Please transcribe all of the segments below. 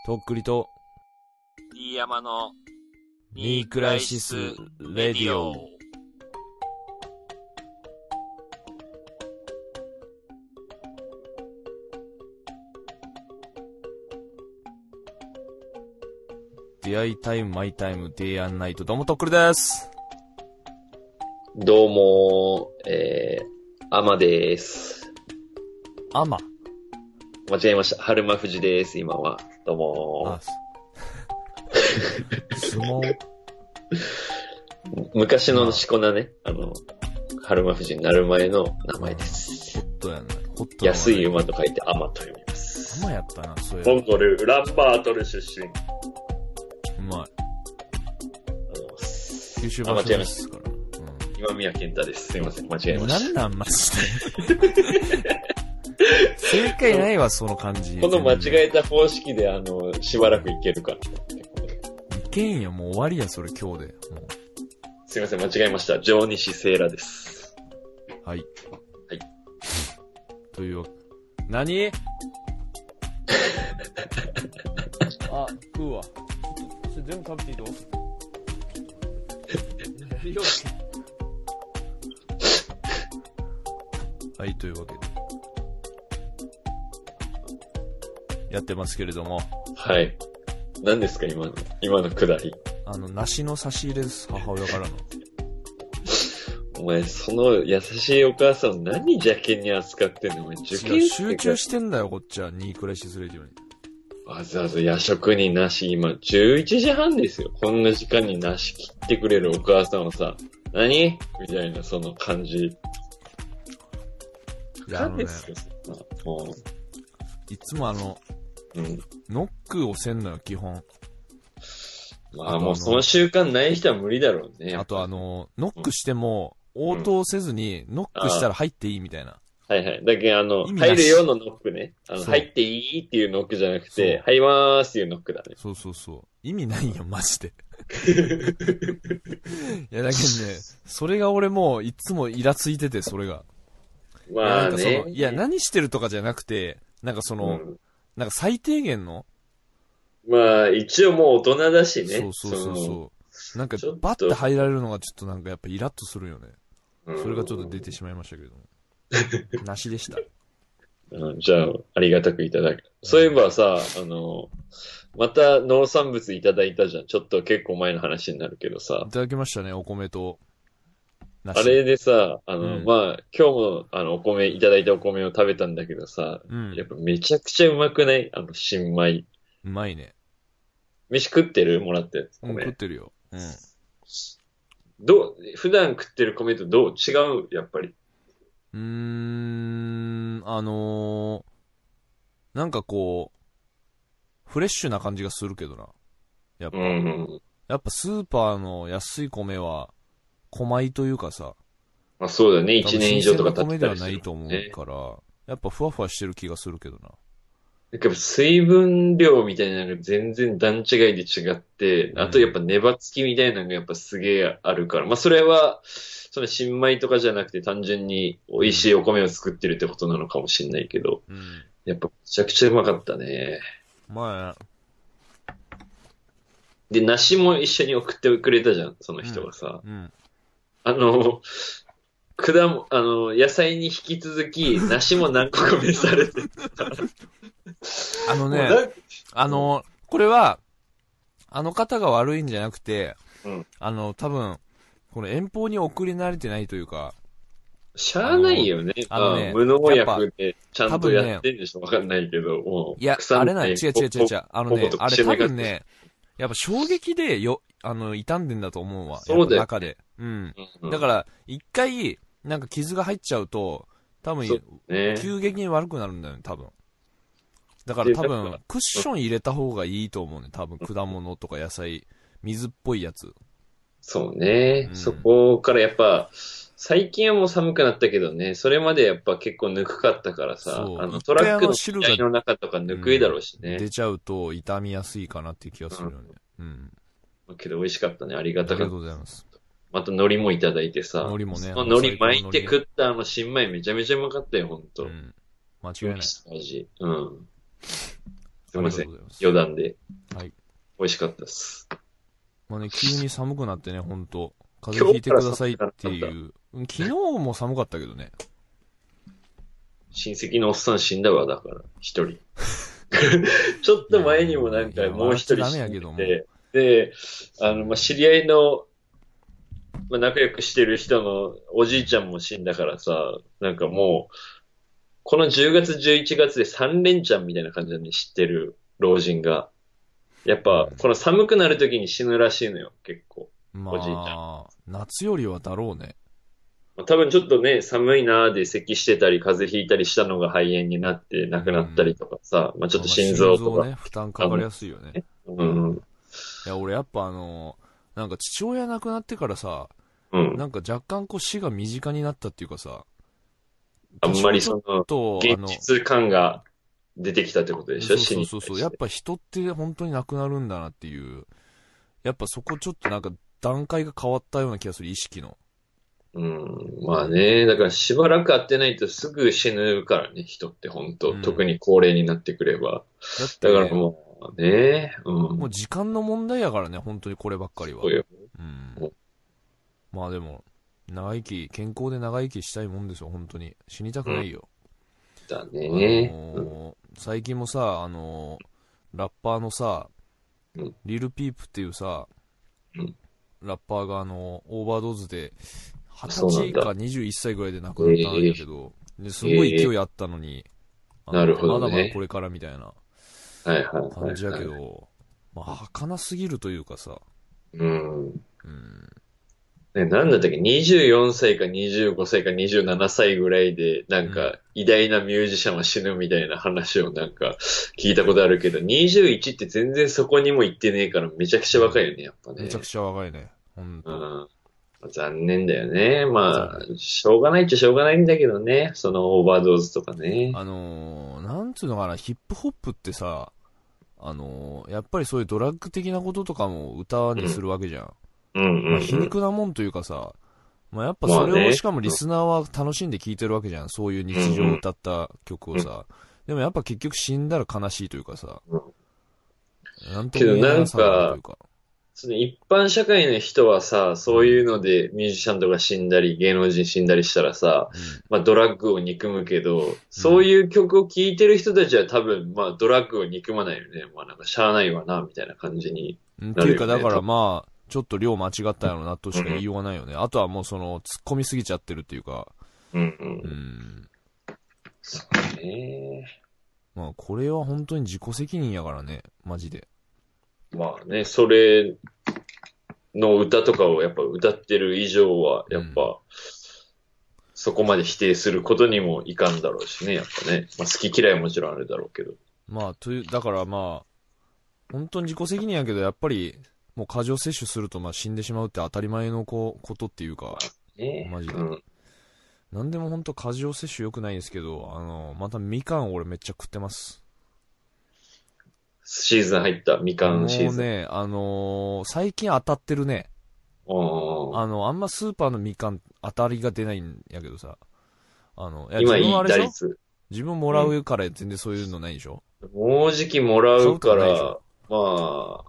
とっくりと D 山のニークライシスレディオ。出会いタイムマイタイムデイアンナイト。どうもとっくりです。 どうもアマです。 アマ間違えました。春馬富士です、今は。どうも相撲昔のしこ名ね。春馬富士になる前の名前です。 ホットやな。ホット安い馬と書いてアマと読みます。 アマやったな、そういう。 モンゴル、ウランバートル出身。 うまい。九州場所ですから。 今宮健太です。すいません、間違えました。 なんマジで。正解ないわ、その感じ。 この間違えた方式で、しばらくいけるか。いけんよ、もう終わりや、それ今日で。 すいません、間違えました。上西聖羅です。 はい。 はい。 というわけ。何あ、食うわ。それ全部食べていいとはい、というわけで。やってますけれども。 はい。何ですか、今のくだり。 梨の差し入れです、母親からの。 お前、その優しいお母さんを何邪険に扱ってんの？お前、受験集中してんだよ、こっちは。ニークライシスレディオに。 わざわざ夜食に梨、今、11時半ですよ。こんな時間に梨切ってくれるお母さんをさ、何みたいな、その感じ。いや、 ですよ、 いつもうん。 ノックをせんのよ、基本。 まあもうその習慣ない人は無理だろうね。 あとノックしても、応答せずに、ノックしたら入っていいみたいな。 はいはい。だけど入るようのノックね。入っていいっていうノックじゃなくて、入りまーすっていうノックだね。 そうそうそう。意味ないよ、マジで。いや、だけどね、それが俺もういつもイラついてて、それが。 まあね。 いや、何してるとかじゃなくて、なんかなんか最低限のまあ、一応もう大人だしね。 そう。なんか、バッて入られるのがちょっとなんかやっぱイラッとするよね。それがちょっと出てしまいましたけれども。なしでした。 じゃあ、ありがたくいただく。そういえばさ、また農産物いただいたじゃん。ちょっと結構前の話になるけどさ。 いただきましたね、お米と梨。 あれでさ、まあ、今日もお米、いただいたお米を食べたんだけどさ、やっぱめちゃくちゃうまくない？新米。 うまいね。 飯食ってる？もらったやつ。 食ってるよ。 普段食ってる米とどう違う？やっぱり。 なんかこう、フレッシュな感じがするけどな。やっぱ。やっぱスーパーの安い米は、小米というかさ。 まあそうだね、1年以上とか経ってたりする、ね。 米ではないと思うから、やっぱふわふわしてる気がするけどな。 だから水分量みたいなのが全然段違いで違って、あとやっぱ粘つきみたいなのがやっぱすげえあるから。まあそれは、その新米とかじゃなくて単純に美味しいお米を作ってるってことなのかもしれないけど、やっぱめちゃくちゃうまかったね。 まあ、 で、梨も一緒に送ってくれたじゃん、その人がさ。野菜に引き続き、梨も何個か召されてた。 これは、あの方が悪いんじゃなくて、多分、この遠方に送り慣れてないというか、 しゃあないよね。無農薬でちゃんとやってんでしょ、わかんないけど、もう。 いや、あれない、違う。あれ多分ね、やっぱ衝撃で傷んでんだと思うわ。 そうだよ。 中で。だから、一回、なんか傷が入っちゃうと、多分、急激に悪くなるんだよね、多分。だから多分、クッション入れた方がいいと思うね、多分、果物とか野菜、水っぽいやつ。 そうね。そこからやっぱ、最近はもう寒くなったけどね、それまでやっぱ結構ぬくかったからさ、トラックの機体の中とかぬくいだろうしね。 出ちゃうと傷みやすいかなっていう気がするよね。 けど美味しかったね、ありがたかった。 ありがとうございます。 また海苔もいただいてさ、 海苔もね。 海苔巻いて食った新米めちゃめちゃうまかったよ、ほんと。 間違いない。 味。 すいません。余談で。 はい。 美味しかったです。 まあね、急に寒くなってね、ほんと。風邪ひいてくださいっていう。昨日も寒かったけどね。 親戚のおっさん死んだわ、だから、一人。ちょっと前にもなんかもう一人死んでて、で、まあ、知り合いの、まあ、仲良くしてる人のおじいちゃんも死んだからさ、なんかもう、この10月、11月で3連チャンみたいな感じで知ってる老人が。やっぱ、この寒くなる時に死ぬらしいのよ、結構。 まあ、 おじいちゃん。 夏よりはだろうね。 多分ちょっとね、寒いなーで咳してたり、風邪ひいたりしたのが肺炎になって亡くなったりとかさ、まあちょっと心臓とか。 ね、負担かかりやすいよね。 うん。いや、俺やっぱなんか父親亡くなってからさ、なんか若干こう死が身近になったっていうかさ、 あんまりその、現実感が出てきたってことでしょ、 そう。やっぱ人って本当に亡くなるんだなっていう、やっぱそこちょっとなんか段階が変わったような気がする、意識の。 まあね、だからしばらく会ってないとすぐ死ぬからね、人って本当、特に高齢になってくれば。だからもうね、 もう時間の問題やからね、本当にこればっかりは。 そうよ。 まあでも、健康で長生きしたいもんですよ、本当に。死にたくないよ。 だね、 最近もさ、ラッパーのさ、リルピープっていうさ、ラッパーがオーバードーズで、20歳か21歳ぐらいで亡くなったんだけど、すごい勢いあったのに、 なるほどね。 まだまだこれからみたいな感じやけど、まあ、儚すぎるというかさ。 ね、なんだったっけ ?24 歳か25歳か27歳ぐらいで、なんか、偉大なミュージシャンは死ぬみたいな話をなんか、聞いたことあるけど、21って全然そこにも行ってねえから、めちゃくちゃ若いよね、やっぱね。 めちゃくちゃ若いね。 残念だよね。まあ、しょうがないっちゃしょうがないんだけどね。そのオーバードーズとかね。 なんつうのかな、ヒップホップってさ、やっぱりそういうドラッグ的なこととかも歌にするわけじゃん。まあ、皮肉なもんというかさ、まあ、やっぱそれをしかもリスナーは楽しんで聴いてるわけじゃん。そういう日常を歌った曲をさ。でもやっぱ結局死んだら悲しいというかさ。 なんとも言えないさというか。その一般社会の人はさ、そういうのでミュージシャンとか死んだり、芸能人死んだりしたらさ、まあドラッグを憎むけど、そういう曲を聴いてる人たちは多分、まあドラッグを憎まないよね。まあなんかしゃあないわな、みたいな感じになるよね。 っていうかだからまあ、ちょっと量間違ったよなとしか言いようがないよね。あとはもう突っ込みすぎちゃってるっていうか。 そうね。 まあこれは本当に自己責任やからね、マジで。 まあね、それの歌とかをやっぱ歌ってる以上は、やっぱ、そこまで否定することにもいかんだろうしね、やっぱね。まあ好き嫌いはもちろんあるだろうけど。 まあ、だからまあ、本当に自己責任やけど、やっぱり、もう過剰摂取するとまあ死んでしまうって当たり前のことっていうか、マジで。なんでも本当過剰摂取良くないんですけど、またみかん俺めっちゃ食ってます。 シーズン入ったみかんシーズン。 もうね、最近当たってるね。あんまスーパーのみかん当たりが出ないんやけどさ。 今いい打率。 自分もらうから全然そういうのないでしょ。 もうじきもらうから、まあ、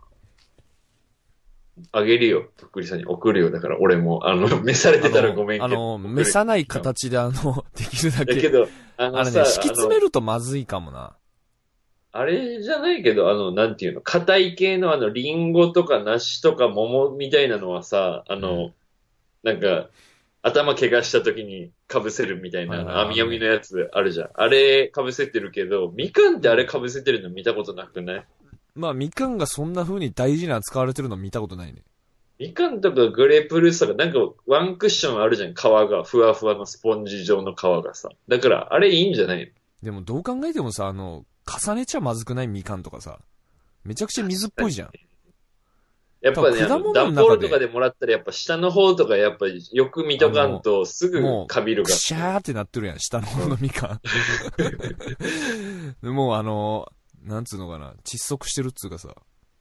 あげるよ。とっくりさんに送るよ。だから俺も、召されてたらごめんけど。 召さない形でできるだけ。 だけど、 ね、敷き詰めるとまずいかもな。 あれじゃないけど、なんていうの、硬い系のリンゴとか梨とか桃みたいなのはさ、なんか、頭怪我した時に被せるみたいな、網網のやつあるじゃん。あれ被せてるけど、みかんってあれ被せてるの見たことなくない？ まあ、みかんがそんな風に大事に扱われてるの見たことないね。 みかんとかグレープフルーツとかなんかワンクッションあるじゃん。皮が、ふわふわのスポンジ状の皮がさ。だから、あれいいんじゃないの？ でもどう考えてもさ、重ねちゃまずくないみかんとかさ。めちゃくちゃ水っぽいじゃん。 やっぱね、段ボールとかでもらったらやっぱ下の方とかやっぱりよく見とかんとすぐカビるが。 くしゃーってなってるやん、下の方のみかん。もうなんつうのかな、窒息してるっつうかさ。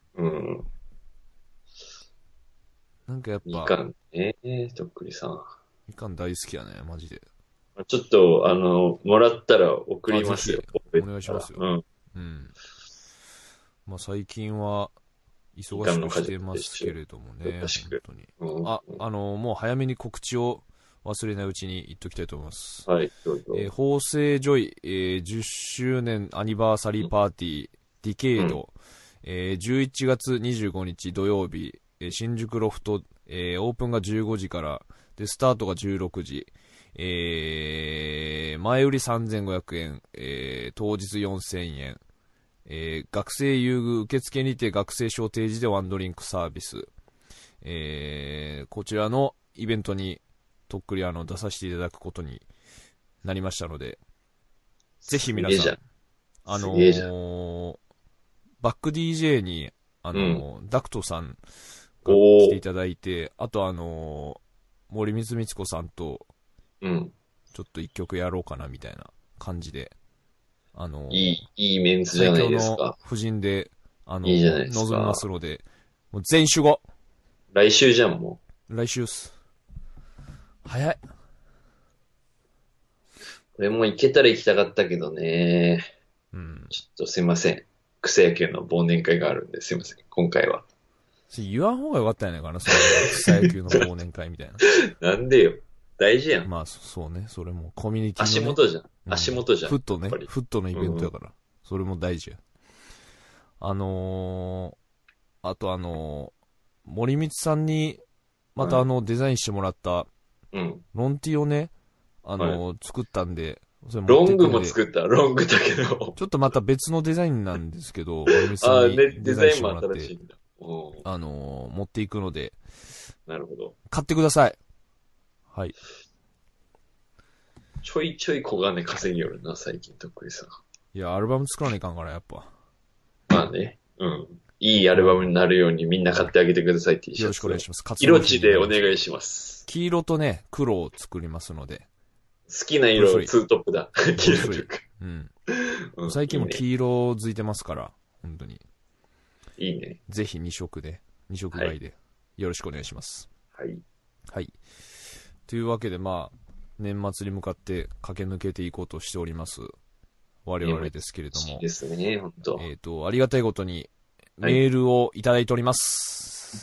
なんかやっぱ。 みかんね、とっくりさん。 みかん大好きやね、マジで。 ちょっと、もらったら送りますよ。 お願いしますよ。 まあ最近は忙しくしてますけれどもね。本当に。もう早めに告知を忘れないうちに言っときたいと思います。 はい、どうぞ。 法政ジョイ、10周年アニバーサリーパーティー、ディケイド、11月25日土曜日、新宿ロフト、オープンが15時から、で、スタートが16時、前売り3500円、当日4000円、学生優遇受付にて学生証提示でワンドリンクサービス、こちらのイベントにとっくり出させていただくことになりましたので、ぜひ皆さん、バック DJ に、ダクトさんが来ていただいて、あと森光光子さんと、ちょっと一曲やろうかなみたいな感じで、 いいメンツじゃないですか。最強の夫人で、 いいじゃないですか。 望みますので、もう全員集合。 来週じゃん、もう。来週っす。早い。 俺も行けたら行きたかったけどね。ちょっとすいません。草野球の忘年会があるんですいません。今回は。 言わん方がよかったんやないかな、その草野球の忘年会みたいな。なんでよ。大事やん。 まあ、そうね。それもコミュニティの、 足元じゃん。足元じゃん。 フットね。フットのイベントやから。それも大事や。あと森光さんに、またデザインしてもらった、ロンティをね、作ったんで、 ロングも作ったロングだけど。 ちょっとまた別のデザインなんですけど、森光さんにデザインしてもらって、持っていくので、 なるほど。 買ってください。はい。 ちょいちょい小金稼ぎよるな、最近とっくりさん。 いや、アルバム作らないかんから、やっぱ。 まあね。いいアルバムになるようにみんな買ってあげてくださいってよろしくお願いします。 色地でお願いします。 黄色とね、黒を作りますので。 好きな色、ツートップだ。黄色というか。 最近も黄色づいてますから、本当に。 いいね。 ぜひ2色買いで、よろしくお願いします。 はい。 はい。というわけで、まあ、年末に向かって駆け抜けていこうとしております。我々ですけれども。 いいですね、本当。ありがたいことに、メールをいただいております。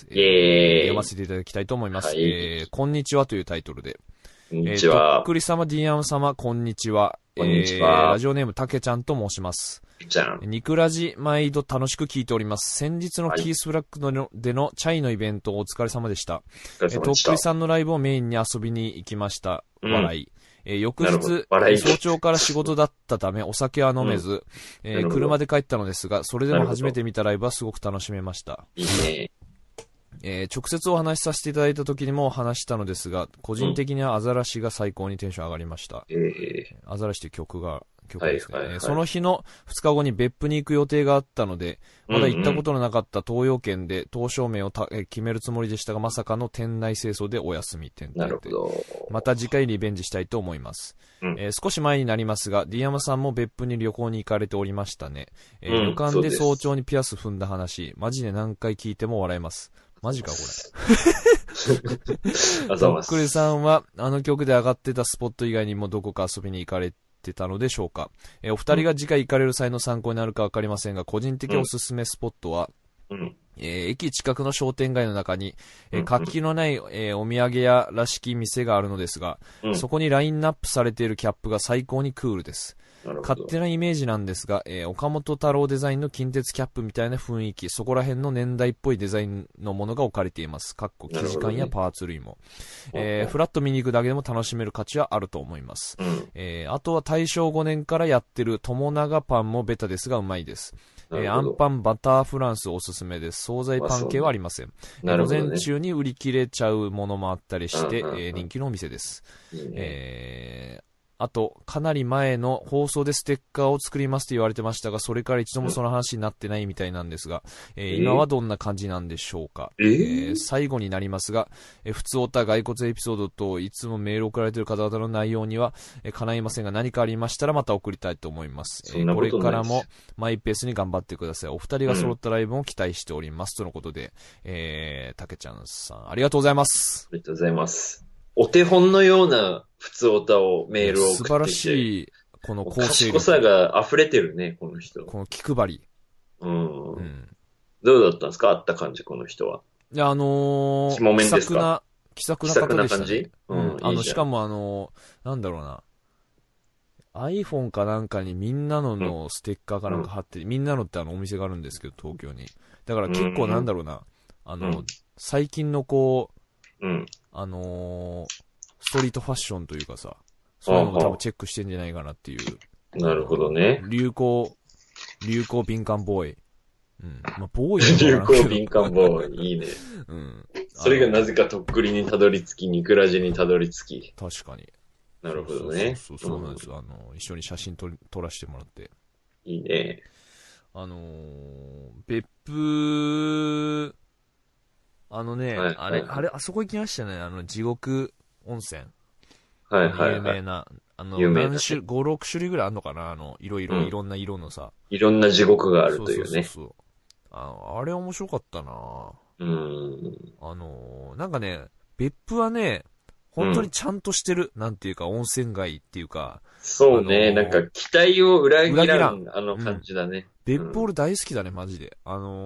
読ませていただきたいと思います。こんにちはというタイトルで。 こんにちは。 とっくり様、ディアン様、こんにちは。 こんにちは。 ラジオネーム、たけちゃんと申します。 じゃん。 ニクラジ、毎度楽しく聞いております。先日のキースブラックでのチャイのイベントお疲れ様でした。とっくりさんのライブをメインに遊びに行きました。笑い。翌日、早朝から仕事だったためお酒は飲めず、車で帰ったのですが、それでも初めて見たライブはすごく楽しめました。 いいね。直接お話しさせていただいた時にも話したのですが、個人的にはアザラシが最高にテンション上がりました。アザラシという曲ですね。その日の2日後に別府に行く予定があったので、まだ行ったことのなかった東洋圏で東照明を決めるつもりでしたが、まさかの店内清掃でお休み点々で。また次回リベンジしたいと思います。少し前になりますが、ディアマさんも別府に旅行に行かれておりましたね。旅館で早朝にピアス踏んだ話、マジで何回聞いても笑えます。マジかこれ。とっくりさんはあの曲で上がってたスポット以外にもどこか遊びに行かれてたのでしょうか。お二人が次回行かれる際の参考になるか分かりませんが、個人的おすすめスポットは、駅近くの商店街の中に、活気のない、お土産屋らしき店があるのですが、そこにラインナップされているキャップが最高にクールです。勝手なイメージなんですが、岡本太郎デザインの近鉄キャップみたいな雰囲気、そこら辺の年代っぽいデザインのものが置かれています。生地感やパーツ類も。フラッと見に行くだけでも楽しめる価値はあると思います。あとは大正5年からやってる友永パンもベタですがうまいです。アンパンバターフランスおすすめです。惣菜パン系はありません。午前中に売り切れちゃうものもあったりして、人気のお店です。あと、かなり前の放送でステッカーを作りますと言われてましたが、それから一度もその話になってないみたいなんですが、今はどんな感じなんでしょうか。最後になりますが、普通おた骸骨エピソードといつもメール送られている方々の内容には、叶いませんが、何かありましたらまた送りたいと思います。これからもマイペースに頑張ってください。お二人が揃ったライブも期待しております。とのことで、たけちゃんさん、ありがとうございます。 ありがとうございます。お手本のような普通おたをメールを送ってきて。 素晴らしい、この構成力。 賢さが溢れてるね、この人。 この気配り。 うん。どうだったんですか、会った感じ、この人は。 いや、 肝面ですか？ 気さくな気さく方でしたね。 な感じ？うん、いいじゃん。 しかもなんだろうな。iPhone かなんかにみんなのうん、 のステッカーかなんうん、 か貼って、みんなのってお店があるんですけど、東京に。だからう結構なんん、 だろうな。 うん、 最近のこう、 うん。 ストリートファッションというかさ、 あそういうのも多分は。 チェックしてんじゃないかなっていう、 なるほどね。 流行敏感ボーイ。うん。まあ、ボーイなのかわ流からんけど。 行敏感ボーイ、いいね。 うん。 それがなぜかとっくりにたどり着き、ニクラジにたどり着き。 確かに。 なるほどね。 そうなんですよ。一緒に写真撮らせてもらって。 いいね。 別府、 はい、はい、 あそこ行きましたね。地獄温泉。 はい、はい、はい。 有名な。 有名だね。 5、6種類ぐらいあるのかないうん。 ろんな色のさ。 いろんな地獄があるそうそうというね。 そうそう。あれ面白かったな。 うん。 なんかね、別府はね、本当にうん。 ちゃんとしてる。なんていうか、温泉街っていうか、 そうね。なんか、期待を裏切裏切らん。 らん、あの感うん。 じだね。う別府ん。 俺大好きだね、マジで。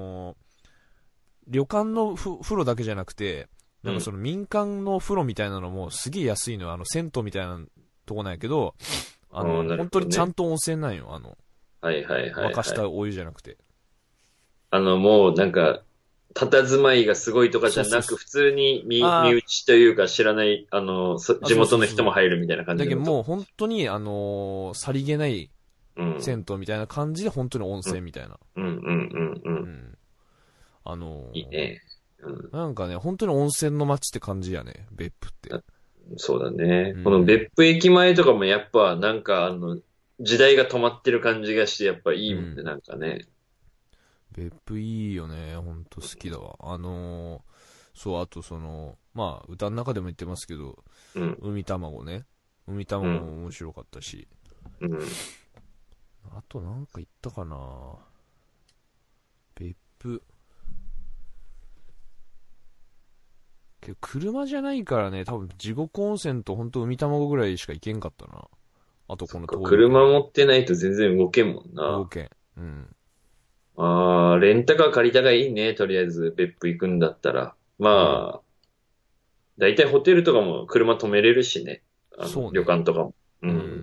旅館の風呂だけじゃなくて、 うん。 なんかその民間の風呂みたいなのもすげえ安いのよ。銭湯みたいなとこなんやけど、 ああ、なる本当にちゃほどね。 んと温泉なんよ。 はいはいは沸いはい。 かしたお湯じゃなくて。 もうなんか、佇まいがすごいとかじゃなく、 そうそうそう。 普通に身あ内というか知らない、地そうそ元のうそうそう。 人も入るみたいな感じのとこ。 だけどもう本当に、さりげないうん。 銭湯みたいな感じで本当に温うん。 泉みたいな。 うんうんうんうん。 うん。あのいいね。うん。 なんかね、本当に温泉の街って感じやね、別府って。 あ、そうだね。このうん。 別府駅前とかもやっぱなんか時代が止まってる感じがしてやっぱいいもんね、 うん。 なんかね。 別府いいよね、ほんと好きだわ。そう、あとまあ、歌の中でも言ってますけど、 うん。 海卵ね。海卵うん。 も面白かったし。 うん。 あとなんか言ったかな別府。けど車じゃないからね、多分地獄温泉とほんと海卵ぐらいしか行けんかったな。あとこの東横で。 車持ってないと全然動けんもんな。 動けん。うん。 ああ、レンタカー借りたがいいね。とりあえず別府行くんだったら。 うん。 まあ、だいたいホテルとかも車止めれるしね。旅そうね。 館とかも。うん。 うん。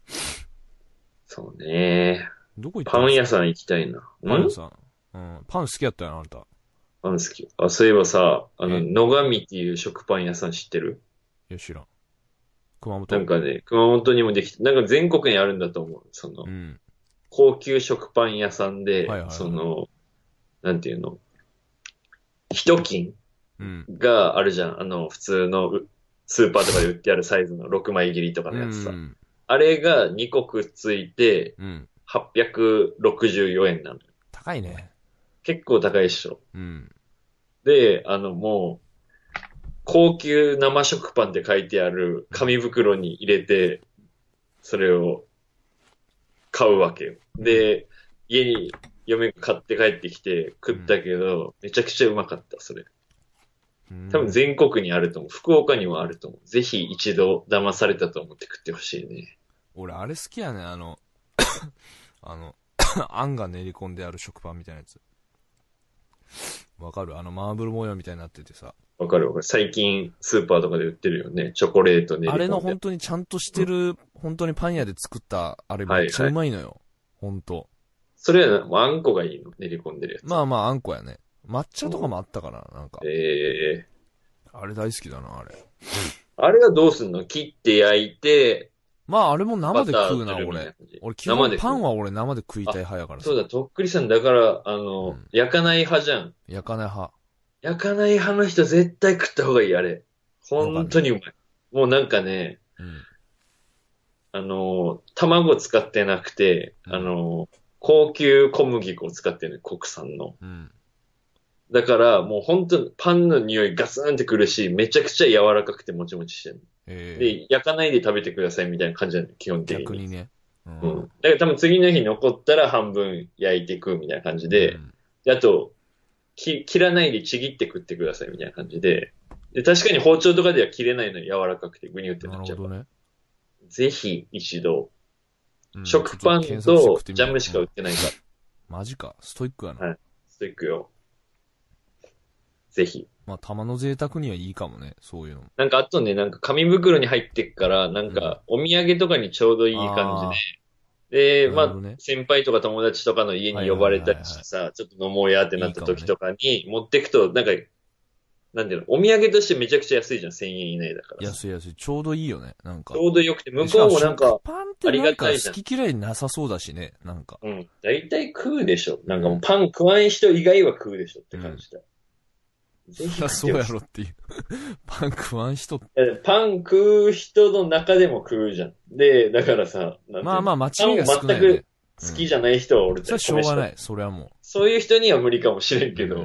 そうね。 どこ行ったんですか？ パン屋さん行きたいな。んパン屋さん。うん。パン好きやったよな、あなた。 パン好き。あ、そういえばさ、 え野上っていう食パン屋さん知ってる？ いや、知らん。熊本？ なんかね、熊本にもできて、なんか全国にあるんだと思う。 うん。 高級食パン屋さんで、 はいはいはい。 なんていうの、一斤うん。 があるじゃん。普通のスーパーとかで売ってあるサイズの6枚切りとかうのやつさ。 ん。 あれが2個くっついてうん。 864円なの。 高いね。 結構高いっしょ。 うん。 で、もう、高級生食パンって書いてあるうん。 紙袋に入れて、それを買うわけよ。 うん。 で、家に嫁が買って帰ってきて食うん。 ったけど、めちゃくちゃうまかった、それ。 うん。 多分全国にあると思う。福岡にもあると思う。ぜひ一度騙されたと思って食ってほしいね。 俺、あれ好きやね。あの、あんが練り込んである食パンみたいなやつ。わかる？マーブル模様みたいになっててさ。 わかるわかる。最近スーパーとかで売ってるよね。チョコレート練あれのり込んで。 本当にちゃんとしうん。 てる、本当にパン屋で作った、あれめっちゃはいはい。 うまいのよ。本当。 それはもうあんこがいいの？練り込んでるやつは。 まあまあ、あんこやね。抹茶とかうん。 もあったかな、なんか。 ええ、 あれ大好きだな、あれ。 あれはどうすんの？切って焼いて、 まあ、あれも生バタで食うな、 ー塗るみたい俺。 な感じ。 俺、基本パン生で食う。 は俺生で食いたいあ、 派やからさ。 そうだ、とっくりさん。だから、 うん。 焼かない派じゃん。 焼かない派。 焼かない派の人絶対食った方がいい、あれ。 わかる。 本当にうまい。もうなんかね、 うん。 卵使ってなくて、 うん。 高級小麦粉を使ってるね、国産の。 うん。 だから、もう本当にパンの匂いガツンってくるし、めちゃくちゃ柔らかくてもちもちしてる。 えで、焼かないで食べてくださいみたいな感じなの、基本的に。 逆にね。ううん。 ん。 だから多分次の日残ったら半分焼いていくみたいな感じで、 うん。 であと、切らないでちぎって食ってくださいみたいな感じで、で、確かに包丁とかでは切れないのに柔らかくてグニュってなっちゃうから。 なるほどね。 ぜひ一度、 うん。ちょっと食パン検索して食とってみよう。 ジャムしか売ってないから。 マジか。ストイックやな。 はい。ストイックよ。ぜひ。 まあ、玉の贅沢にはいいかもね、そういうのも。 なんかあとね、なんか紙袋に入ってっから、なんかお土産とかにちょうどいい感じで。で、まあ、 ね、 先輩とか友達とかの家に呼ばれたりしてさ、ちょっと飲もうやってなった時とかに持ってくと、なんか、なんていうの、お土産としてめちゃくちゃ安いじゃん、1000円以内だから。 安い。ちょうどいいよね、なんか。 ちょうどよくて、向こうもなんか、 パンってなんか好き嫌いなさそうだしね、なんか。 うん。大体食うでしょ。なんかもうパン食わん人以外は食うでしょって感じだ。 ぜひそうやろっていう。パン食わん人。 パン食う人の中でも食うじゃん。で、だからさ、 まあまあ間違いが少ないよね。 全く好きじゃない人は俺たち、それはしょうがない。それはもう。 そういう人には無理かもしれんけど。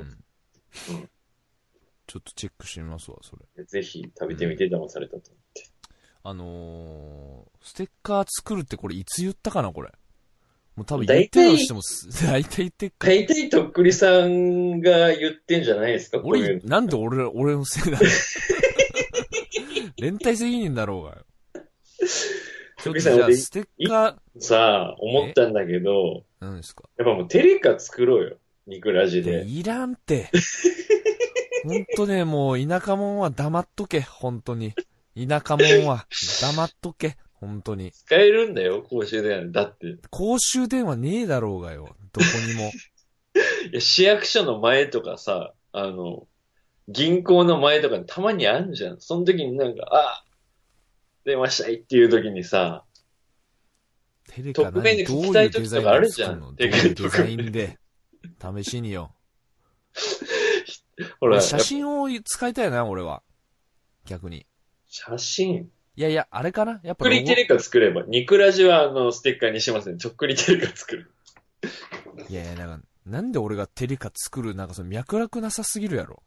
ちょっとチェックしてみますわ、それ。 ぜひ食べてみて騙されたと思って。ステッカー作るってこれいつ言ったかな、これ。もう多分言ってるとしても、大体言ってっか。 大体とっくりさんが言ってんじゃないですか、 なんで俺のせいなの連帯責任だろうがよ。ちょっとじゃあステッカー。 さあ、思ったんだけど。 何ですか？ やっぱもうテレカ作ろうよ。ニクラジで。 いらんって。ほんとね、もう田舎者は黙っとけ、ほんとに。田舎者は黙っとけ。本当に。 使えるんだよ、公衆電話。だって。 公衆電話ねえだろうがよ。どこにも。 いや、市役所の前とかさ、銀行の前とかにたまにあんじゃん。その時になんか、電話したいっていう時にさ、 テレカ匿名で聞きたい時とかあるじゃん。 どういうデザインで。試しによ。 ほら、 写真を使いたいな、俺は。逆に。 写真いやいや、あれかなやっぱ。 ちょっくりテレカ作れば。ニクラジはステッカーにしますね。ちょっくりテレカ作る。 いやいや、なんで俺がテレカ作る、なんかその脈絡なさすぎるやろ。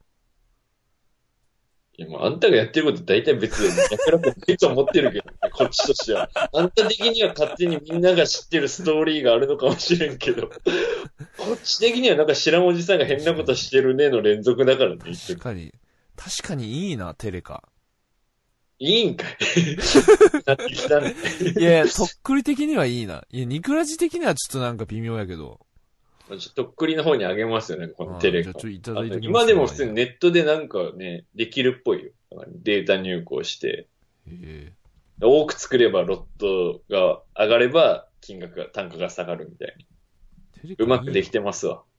いや、もうあんたがやってること大体別で脈絡ないと思ってるけど、ね、こっちとしては。あんた的には勝手にみんなが知ってるストーリーがあるのかもしれんけど、こっち的にはなんか知らんおじさんが変なことしてるねの連続だからね。 確かにいいな、テレカ。 いいんかいなってきたね。 いやいや、とっくり的にはいいな。いや、ニクラジ的にはちょっとなんか微妙やけど。 とっくりの方にあげますよね、このテレカ。 じゃあちょっといただいてきます。 今でも普通にネットでなんかね、できるっぽいよ。データ入稿して。多く作ればロットが上がれば単価が下がるみたいな。うまくできてますわ。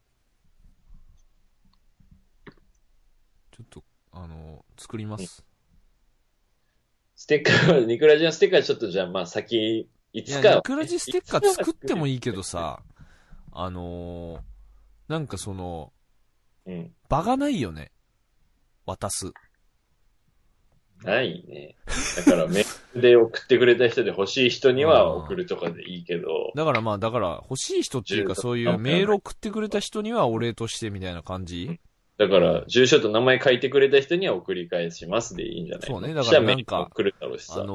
ちょっと、作ります。 ステッカー、ニクラジのステッカーちょっとじゃあまあ先、いつか、ね。 ニクラジステッカー作ってもいいけどさ、なんか場がないよね。渡す。 ないね。だからメールで送ってくれた人で欲しい人には送るとかでいいけど。 だから欲しい人っていうかそういうメール送ってくれた人にはお礼としてみたいな感じ？ だから、住所と名前書いてくれた人には送り返しますでいいんじゃない？ そうね、だからなんか、 送るだろうしさ。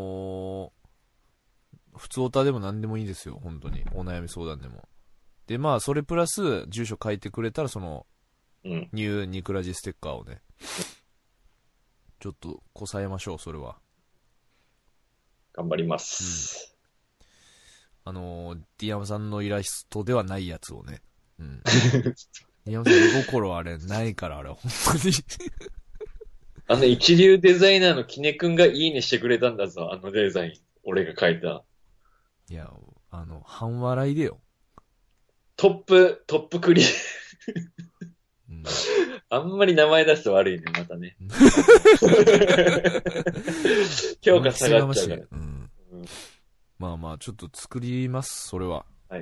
普通オタでも何でもいいですよ、本当に。お悩み相談でも。で、まあ、それプラス、住所書いてくれたら、ニューニクラジステッカーをね、ちょっと、こさえましょう、それは。 頑張ります。 ディアムさんのイラストではないやつをね。ディアムさん、絵心あれ、ないから、あれ、本当に。一流デザイナーのキネ君がいいねしてくれたんだぞ、デザイン。俺が書いた。 いや、半笑いでよ。 トップクリあんまり名前出すと悪いね、またね。評価下がっちゃうから。 まあまあ、ちょっと作ります、それは。 はい。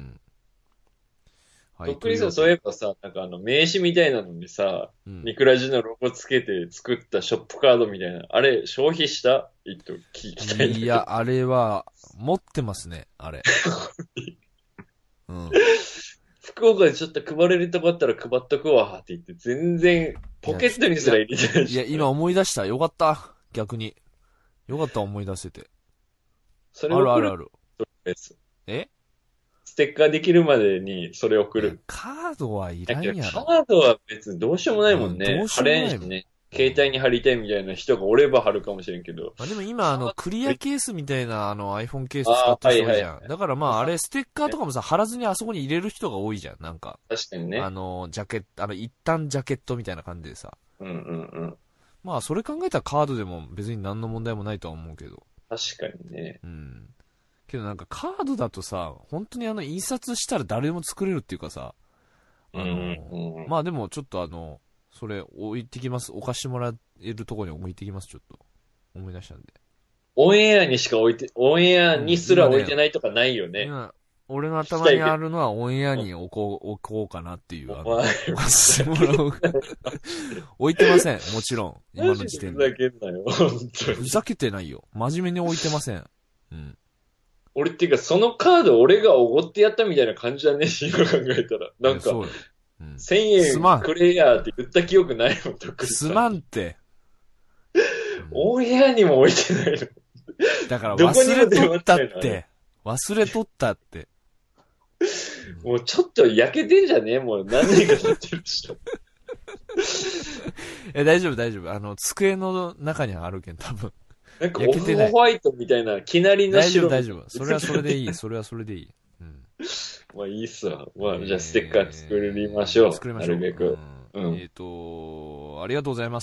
はい。 とっくりさん、そういえばさ、なんか名刺みたいなのにさ、ニクラジのロゴつけて作ったショップカードみたいな、あれ、消費した聞きたいんだけど。 いや、あれは、持ってますね、あれ。 福岡でちょっと配れるとこあったら配っとくわって言って、全然、ポケットにすら入れてないし。 いや、今思い出した。よかった。逆に。よかった、思い出せて。 それをある。 えステッカーできるまでにそれを送る。 カードはいらんやろ。 カードは別にどうしようもないもんね。 どうしようもないもん。 ね。 携帯に貼りたいみたいな人がおれば貼るかもしれんけど。 まあでも今クリアケースみたいなiPhone ケース使ってる人多いじゃん。はいはい、だからまああれステッカーとかもさ、貼らずにあそこに入れる人が多いじゃん、なんか。 確かにね。 ジャケット、一旦ジャケットみたいな感じでさ。 うんうんうん。 まあそれ考えたらカードでも別に何の問題もないとは思うけど。 確かにね。 うん。けどなんかカードだとさ、本当に印刷したら誰でも作れるっていうかさ、まあでもちょっとそれ置いてきます。置かしてもらえるところに置いてきます、ちょっと。思い出したんで。 オンエアにしかオンエアにすら置いてないとかないよね。 今俺の頭にあるのはオンエアに置こうかなっていう。置かしてもらおう。置いてません、もちろん。今の時点で。 ふざけんなよ、本当に。 ふざけてないよ。真面目に置いてません。うん。 俺っていうか、そのカード俺がおごってやったみたいな感じだね、今考えたら。なんか、1000円くれやって言った記憶ないもん、特に。 すまんって。 オンエアにも置いてないの。 だから忘れとったって。忘れとったって。 もうちょっと焼けてんじゃねえもう何年か経ってるし。 大丈夫大丈夫。机の中にはあるけん、多分。 なんかオフホワイトみたいな、きなりの白。大丈夫。それはそれでいい。それはそれでいい。うん。 まあいいっすわ。まあじゃあステッカー作りましょう。 作りましょう。 なるべく。 ありがとうございます。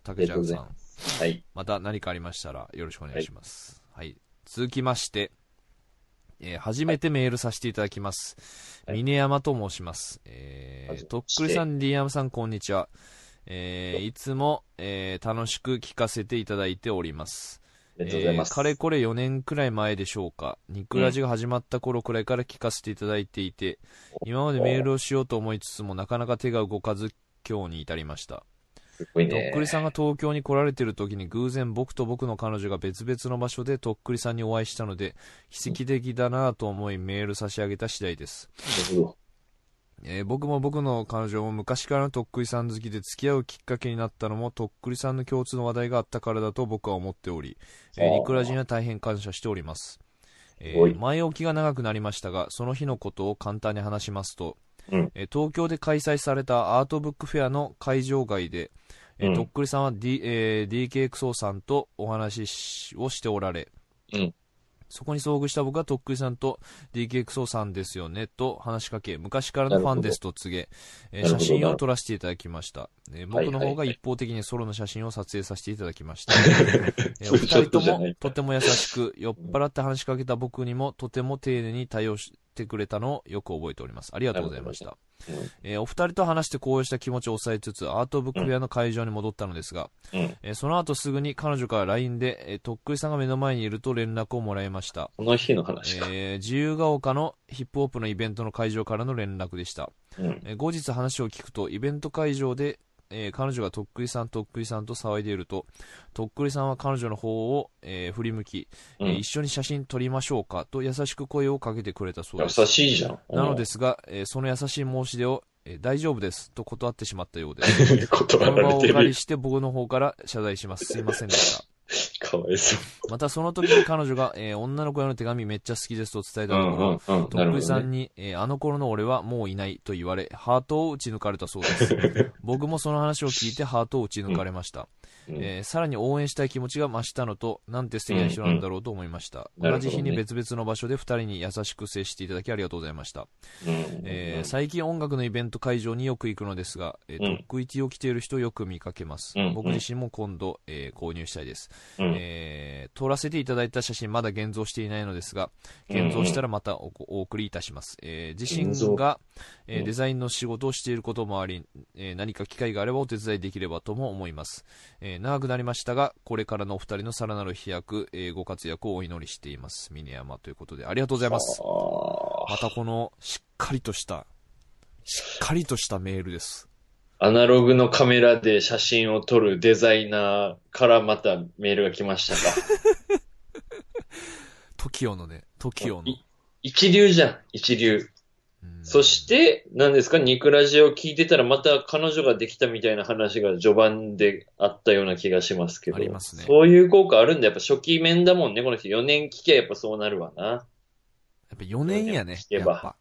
たけちゃんさん。 はい。 また何かありましたらよろしくお願いします。はい。続きまして、初めてメールさせていただきます。峰山と申します。とっくりさん、リーアムさん、こんにちは。いつも、楽しく聞かせていただいております。 ありがとうございます。 かれこれ4年くらい前でしょうか。ニクラジが始まった頃くらいから聞かせていただいていて、今までメールをしようと思いつつもなかなか手が動かず今日に至りました。とっくりさんが東京に来られている時に偶然僕と僕の彼女が別々の場所でとっくりさんにお会いしたので奇跡的だなと思いメール差し上げた次第です。僕も僕の彼女も昔からのとっくりさん好きで付き合うきっかけになったのもとっくりさんの共通の話題があったからだと僕は思っており、ニクラジには大変感謝しております。前置きが長くなりましたがその日のことを簡単に話しますと、東京で開催されたアートブックフェアの会場外で、とっくりさんは、DKXO さんとお話をしておられ、そこに遭遇した僕はとっくりさんと DKXO さんですよねと話しかけ、昔からのファンですと告げ、写真を撮らせていただきました。僕の方が一方的にソロの写真を撮影させていただきました。お二人ともとても優しく、酔っ払って話しかけた僕にもとても丁寧に対応してくれたのをよく覚えております。ありがとうございました。お二人と話して高揚した気持ちを抑えつつアートブックフェアの会場に戻ったのですが、その後すぐに彼女から LINE で、とっくりさんが目の前にいると連絡をもらいました。 この日の話か。 自由が丘のヒップホップのイベントの会場からの連絡でした。後日話を聞くとイベント会場で、彼女がとっくりさんと騒いでいると、とっくりさんは彼女の方を、振り向き、一緒に写真撮りましょうかと優しく声をかけてくれたそうです。 優しいじゃん。 なのですが、その優しい申し出を、大丈夫ですと断ってしまったようです。この場をお借りして僕の方から謝罪します。すいませんでした。 かわいそう。 またその時に彼女が、女の子への手紙めっちゃ好きですと伝えたところ、とっくりさんに、あの頃の俺はもういないと言われ、ハートを打ち抜かれたそうです。僕もその話を聞いてハートを打ち抜かれました。さらに応援したい気持ちが増したのと、なんて素敵な人なんだろうと思いました。同じ日に別々の場所で2人に優しく接していただきありがとうございました。最近音楽のイベント会場によく行くのですが、とっくい T を着ている人をよく見かけます。僕自身も今度、購入したいです。撮らせていただいた写真まだ現像していないのですが、現像したらまたお送りいたします。自身が、デザインの仕事をしていることもあり、何か機会があればお手伝いできればとも思います。長くなりましたが、これからのお二人のさらなる飛躍、ご活躍をお祈りしています。峰山ということでありがとうございます。またこのしっかりとしたメールです。 アナログのカメラで写真を撮るデザイナーからまたメールが来ましたか。 TOKIO の。 一流じゃん、一流。そして、何ですか、ニクラジを聞いてたらまた彼女ができたみたいな話が序盤であったような気がしますけど。 ありますね。 そういう効果あるんだ。やっぱ初期面だもんね、この人。4年聞けばやっぱそうなるわな。 やっぱ4年やね。やっぱ。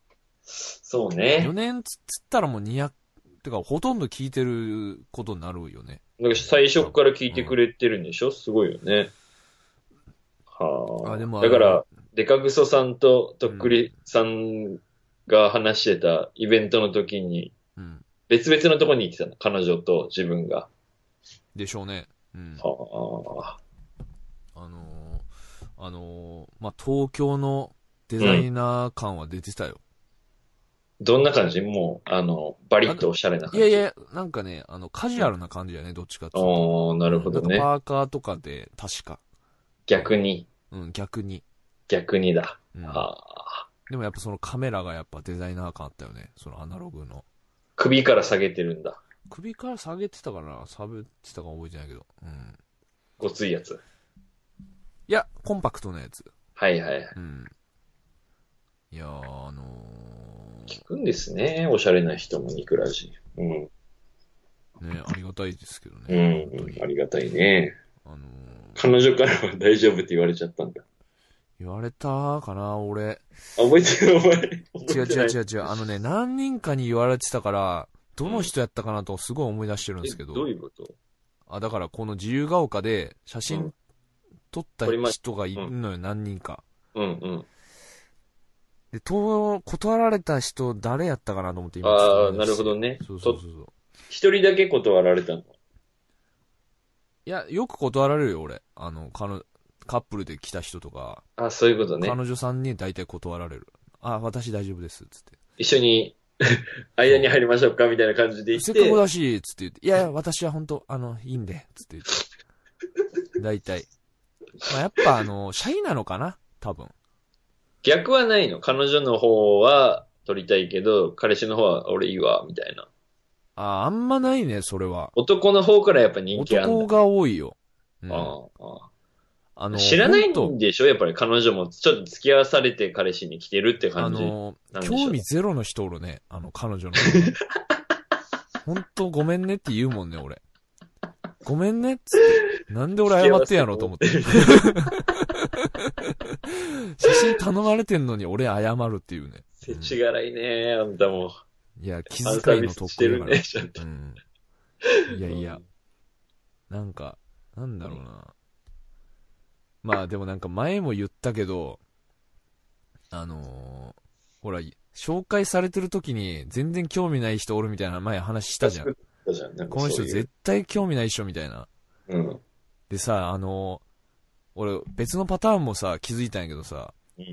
そうね。 4年つったらもう200、てかほとんど聞いてることになるよね。 なんか最初から聞いてくれてるんでしょ、すごいよね。はあ。 でもだから、デカグソさんととっくりさんが話してたイベントの時に、別々のとこに行ってたの。彼女と自分が。 でしょうね。 はあ。まあ、東京のデザイナー感は出てたよ。 どんな感じ？もう、バリッとおしゃれな感じ。 いや、なんかね、カジュアルな感じだね、どっちかっていうと。 なるほどね。 なんかパーカーとかで、確か。 逆に。 逆に。 逆にだ。 でもやっぱそのカメラがやっぱデザイナー感あったよね、そのアナログの。 首から下げてるんだ。 首から下げてたかな、下げてたか覚えてないけど。 ごついやつ。 いや、コンパクトなやつ。 はい。 いや聞くんですね。おしゃれな人もニクラジ。 ね、ありがたいですけどね。 ありがたいね。彼女からは大丈夫って言われちゃったんだ。 言われたかな、俺。 覚えてる、お前。 違う。何人かに言われてたから、どの人やったかなとすごい思い出してるんですけど。 どういうこと？ だからこの自由が丘で写真撮った人がいるのよ、何人か。で、断られた人誰やったかなと思って今なるほどね。 そう。 一人だけ断られたの？ いや、よく断られるよ、俺。カップルで来た人とか。 そういうことね。 彼女さんに大体断られる。私大丈夫です、つって。 一緒に、間に入りましょうかみたいな感じで言って。 せっかくだし、つって言って。いや、私は本当いいんで、つって言って。大体。まあ、やっぱシャイなのかな多分。 逆はないの？彼女の方は取りたいけど、彼氏の方は俺いいわ、みたいな。 あんまないね、それは。 男の方からやっぱ人気あるんだ。 男が多いよ。 知らないんでしょやっぱり彼女もちょっと付き合わされて彼氏に来てるって感じ。 興味ゼロの人おるね。彼女の。本当ごめんねって言うもんね、俺。ごめんねっつって。なんで俺謝ってんやろと思って。写真頼まれてんのに俺謝るっていうね。 せちがらいね、あんたも。 いや、気遣いの得意だから。いや。なんか、なんだろうな。まあでもなんか前も言ったけど、ほら、紹介されてる時に全然興味ない人おるみたいな前話したじゃん。この人絶対興味ないっしょみたいな。でさ、俺別のパターンもさ気づいたんやけどさ、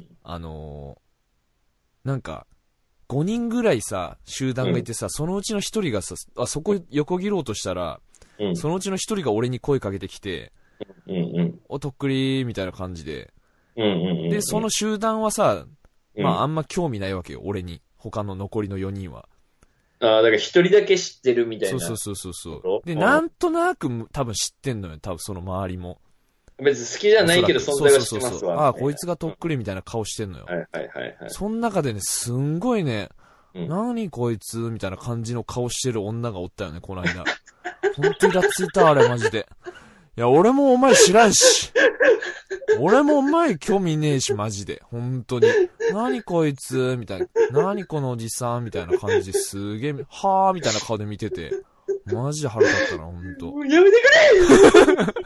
なんか5人ぐらいさ集団がいてさ、そのうちの1人がさ、そこ横切ろうとしたら、そのうちの1人が俺に声かけてきて、とっくりみたいな感じで、でその集団はさ、まああんま興味ないわけよ、俺に。他の残りの4人は。 だから一人だけ知ってるみたいな。 そう。で、なんとなく多分知ってんのよ、多分その周りも。 別に好きじゃないけど存在は知ってますわ。 こいつがとっくりみたいな顔してんのよ。その中でね、すんごいね、何こいつみたいな感じの顔してる女がおったよね、この間。ほんとイラついた、あれマジで。いや、俺もお前知らんし。俺もお前興味ねえし、マジで。本当に。何こいつみたいな。何このおじさんみたいな感じですげえ、はぁみたいな顔で見てて。マジで腹立ったな、ほんと。 やめてくれ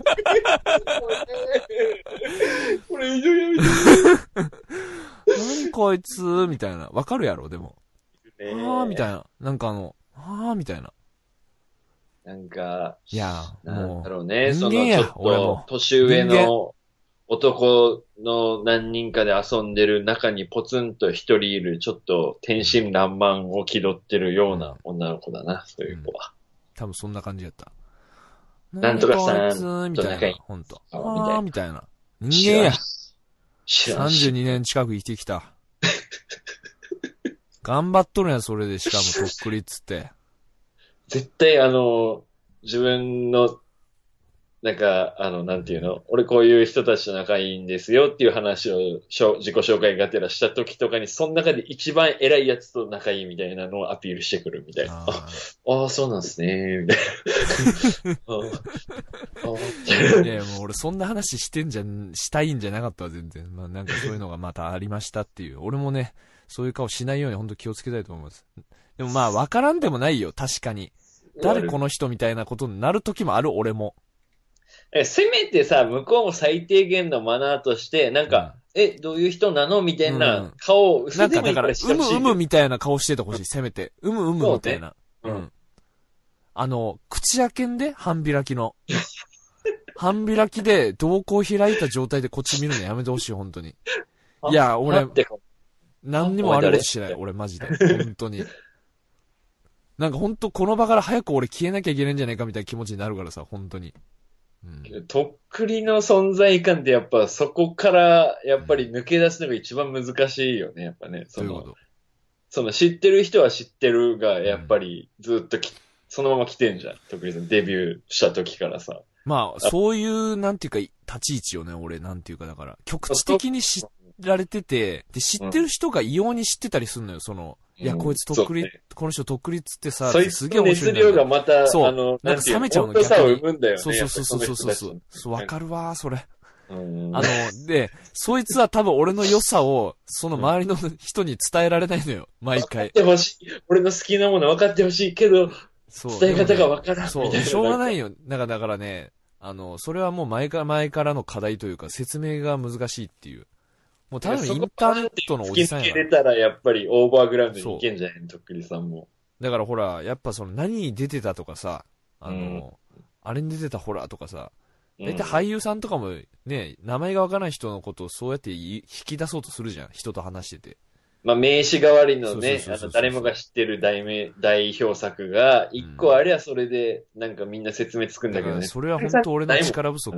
これ以上やめてくれ何こいつみたいな。わかるやろ、でも。はぁみたいな。なんかはぁみたいな。 なんか、 いや、 なんだろうね。 人間や、 そのちょっと年上の男の何人かで遊んでる中にポツンと一人いる、ちょっと天真爛漫を気取ってるような女の子だな、そういう子は。 多分そんな感じやった。 なんとかさんみたいな。ほんと。みたいな。人間や。32年近く生きてきた。頑張っとるんや、それで。しかもとっくりっつって。 絶対自分の、なんか、なんていうの？俺こういう人たちと仲いいんですよっていう話を自己紹介がてらした時とかに、その中で一番偉いやつと仲いいみたいなのをアピールしてくるみたいな。そうなんですね、みたいな。 いや、もう俺そんな話したいんじゃなかったわ、全然。まあなんかそういうのがまたありましたっていう。俺もね、そういう顔しないように本当気をつけたいと思います。でもまあ分からんでもないよ、確かに。 誰この人みたいなことになる時もある、俺も。 せめてさ、向こうも最低限のマナーとして、なんか、どういう人なのみたいな顔を嘘でもいいからしてほしい。うむみたいな顔しててほしい、せめて。みたいな。口開けんで、半開きの。半開きで、瞳孔開いた状態でこっち見るのやめてほしい、本当に。いや、俺、何にも悪いことしてない、俺マジで。本当に。なんか本当この場から早く俺消えなきゃいけないんじゃないかみたいな気持ちになるからさ、本当に。 とっくりの存在感ってやっぱそこからやっぱり抜け出すのが一番難しいよね、やっぱね。 そういうこと。 その知ってる人は知ってるが、やっぱりずっとそのまま来てんじゃん。とっくりさんデビューした時からさ。 まあ、そういう、なんていうか、立ち位置よね、俺、なんていうか、だから。局地的に知られてて、で、知ってる人が異様に知ってたりするのよ、いや、こいつとっくり、この人とっくりっつってさ、 そいつの熱量がまた、 なんか冷めちゃうの、 逆に。生むんだよね。 そう、わかるわ、それ。で、そいつは多分俺の良さを、その周りの人に伝えられないのよ、毎回。 分かってほしい。俺の好きなもの分かってほしいけど、伝え方が分からん。 そう、しょうがないよ。だからね、それはもう前からの課題というか、説明が難しいっていう。もう多分インターネットのおじさんやから。突き抜けれたらやっぱりオーバーグラウンドに行けんじゃないの、とっくりさんも。 だからほら、やっぱ何に出てたとかさ、あれに出てたホラーとかさ、大体俳優さんとかもね、名前がわからない人のことをそうやって引き出そうとするじゃん、人と話してて。 まあ、名詞代わりのね、誰もが知ってる代表作が、一個ありゃそれで、なんかみんな説明つくんだけどね。 それは本当俺の力不足。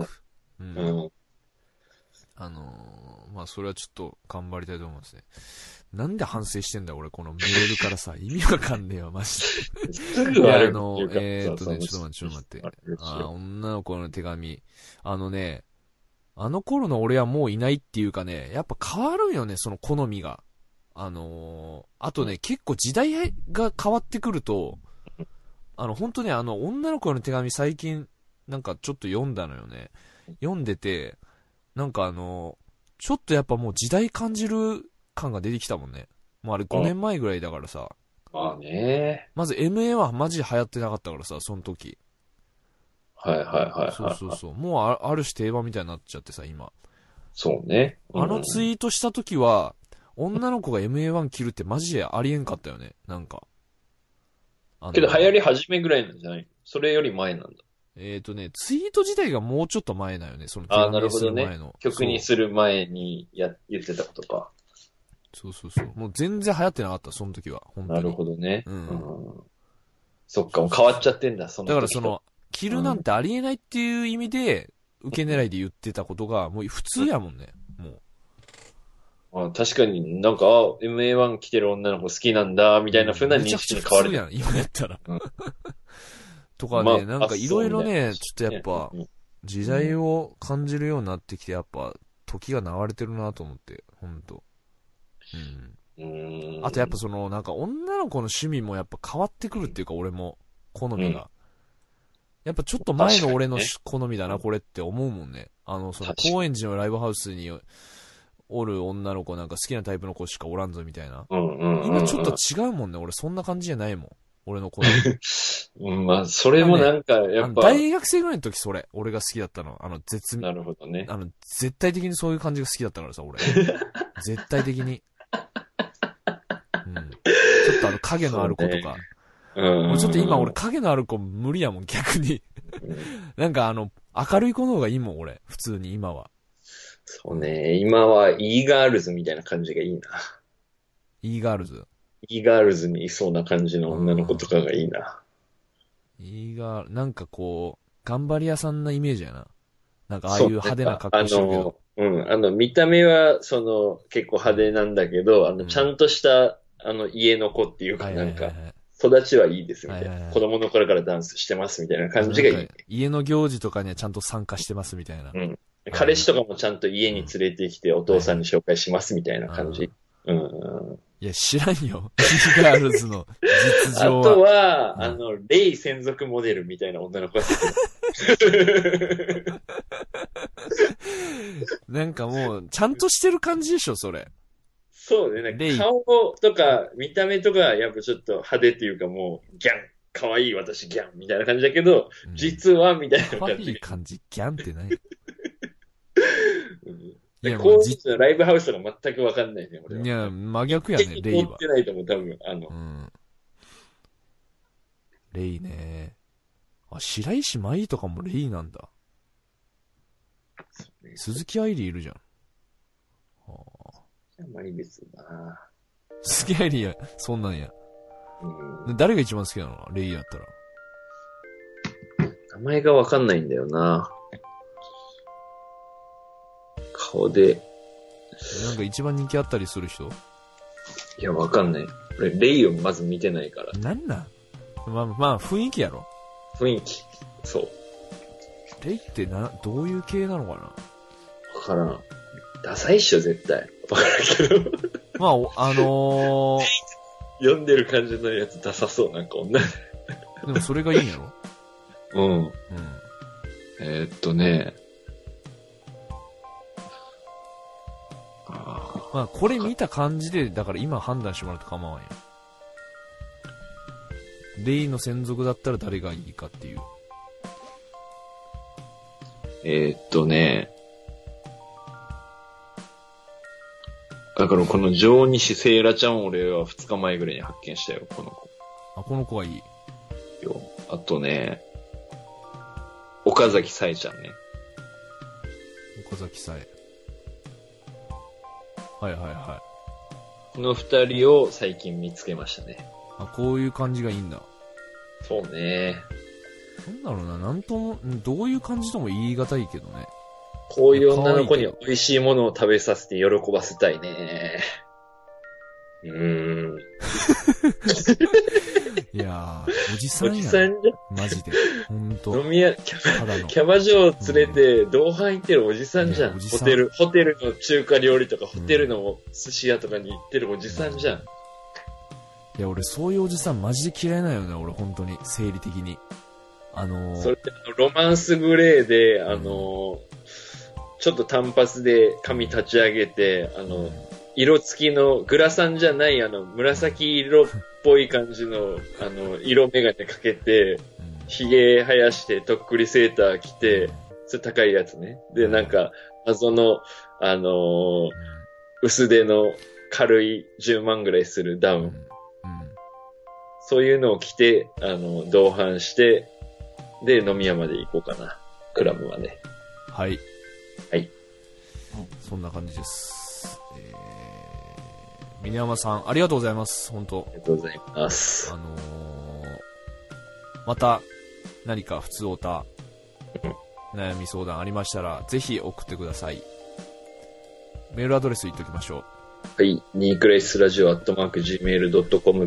まあ、それはちょっと頑張りたいと思いますね。なんで反省してんだ俺、このメールからさ、意味わかんねえわ、マジで。 すぐ悪い。 ちょっと待って。女の子の手紙。あの頃の俺はもういないっていうかね、やっぱ変わるんよね、その好みが。あとね、結構時代が変わってくると、本当に女の子の手紙最近、なんかちょっと読んだのよね。読んでて、なんかちょっとやっぱもう時代感じる感が出てきたもんね。もうあれ5年前ぐらいだからさ。 まあね。 まず MA はマジで流行ってなかったからさ、その時。そう。もうある種定番みたいになっちゃってさ、今。 そうね。 ツイートした時は、女の子が MA1 着るってマジでありえんかったよね、なんか。 けど流行り始めぐらいなんじゃない？それより前なんだ。 ツイート自体がもうちょっと前だよね、その手紙にする前の。 なるほどね。曲にする前に言ってたことか。 そう。もう全然流行ってなかった、その時は。本当に。 なるほどね。そっか、もう変わっちゃってんだ、その時。 だから着るなんてありえないっていう意味で、受け狙いで言ってたことが、もう普通やもんね、もう。 確かになんか、MA1 着てる女の子好きなんだ、みたいな風な認識に変わる。 めちゃくちゃ普通やん、今やったら。とかね、なんかいろいろね、ちょっとやっぱ、時代を感じるようになってきて、やっぱ、時が流れてるなと思って、ほんと。あとやっぱなんか女の子の趣味もやっぱ変わってくるっていうか、俺も、好みが。やっぱちょっと前の俺の好みだな、これって思うもんね。高円寺のライブハウスにおる女の子なんか好きなタイプの子しかおらんぞみたいな。今ちょっと違うもんね、俺そんな感じじゃないもん。俺の子。 まあ、それもなんか、やっぱ。 大学生ぐらいの時それ、俺が好きだったの。 なるほどね。 絶対的にそういう感じが好きだったからさ、俺。絶対的に。ちょっと影のある子とか。もうちょっと今俺影のある子無理やもん、逆に。なんか明るい子の方がいいもん、俺。普通に今は。 そうね、今は e ガールズみたいな感じがいいな。 e ガールズ e ガールズにいそうな感じの女の子とかがいいな。 なんかこう、頑張り屋さんなイメージやな。なんかああいう派手な格好してるけど。 見た目は、結構派手なんだけど、ちゃんとした、家の子っていうかなんか、育ちはいいですみたいな。子供の頃からダンスしてますみたいな感じがいい。 家の行事とかにはちゃんと参加してますみたいな。 彼氏とかもちゃんと家に連れてきてお父さんに紹介しますみたいな感じ。 いや、知らんよ。e ガールズの実情は。 あとは、レイ専属モデルみたいな女の子が好き。 なんかもう、ちゃんとしてる感じでしょ、それ。 そうね、顔とか見た目とかやっぱちょっと派手っていうかもうギャン可愛い私ギャンみたいな感じだけど、実はみたいな可感じ。 愛い感じ、ギャンってない。 いや、こういうライブハウスとか全くわかんないね、俺は。 いや、真逆やね、レイは。 持ってないと思う、多分、 レイね。あ、白石麻衣とかもレイなんだ。ね、鈴木愛理いるじゃん。 あんまり別だな。 鈴木愛理や、そんなんや。誰が一番好きなのレイやったら。 名前がわかんないんだよな。顔で。 なんか一番人気あったりする人？ いや、わかんない。俺、レイをまず見てないから。 なんなん？まあ、雰囲気やろ。 雰囲気。そう。 レイってどういう系なのかな？わからん。ダサいっしょ、絶対。わからんけど。 まあ、 読んでる感じのやつダサそう、なんか女で。 でもそれがいいんやろ？ うん。ね。 まあ、これ見た感じで、だから今判断してもらって構わんよ。レイの専属だったら誰がいいかっていう。 ね。だからこの上西聖羅ちゃんを俺は2日前ぐらいに発見したよ、この子。 あ、この子がいい。 よ。あとね、岡崎紗絵ちゃんね。 岡崎紗絵。はいはいはい。 この2人を最近見つけましたね。 あ、こういう感じがいいんだ。 そうね。 なんだろうな、なんとも、どういう感じとも言い難いけどね。 こういう女の子に美味しいものを食べさせて喜ばせたいね。 いやー、おじさんやん。 おじさんじゃん。 マジで。ほんと。 飲み屋、キャバ嬢を連れて、同伴行ってるおじさんじゃん。ホテルの中華料理とか、ホテルの寿司屋とかに行ってるおじさんじゃん。 いや、俺そういうおじさんマジで嫌いなんよね、俺本当に、生理的に。 それってロマンスグレーで、ちょっと単発で髪立ち上げて、色付きのグラサンじゃない紫色っぽい感じの色眼鏡かけて、髭生やしてとっくりセーター着て、それ高いやつね。で、なんか謎の薄手の軽い10万ぐらいするダウン。そういうのを着て同伴して、で飲み屋まで行こうかな。クラブまで。 はい。 はい。 そんな感じです。峰山さん、ありがとうございます。本当。 ありがとうございます。 また、何か普通オタ、悩み相談ありましたら、ぜひ送ってください。メールアドレス言っときましょう。 はい。ニークライスラジオ@gmail.com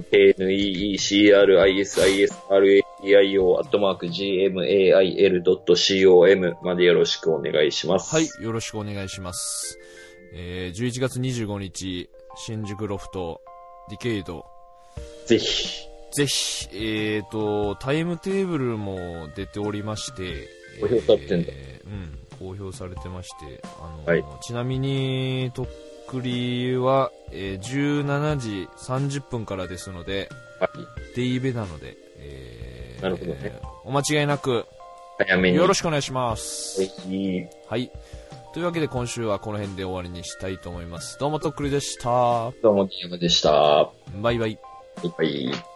KNECRISISRADIO@gmail.com までよろしくお願いします。 はい。よろしくお願いします。11月25日、新宿ロフト、ディケイド。 ぜひ。 ぜひ、タイムテーブルも出ておりまして、 公表されてんだ。 公表されてまして、 はい、 ちなみに、とっくりは、17時30分からですので、 はい、 デイベなので、 なるほどね。 お間違いなく、 早めに。 よろしくお願いします。 はい。 というわけで今週はこの辺で終わりにしたいと思います。どうもとっくりでした。 どうも、ティアムでした。 バイバイ。 バイバイ。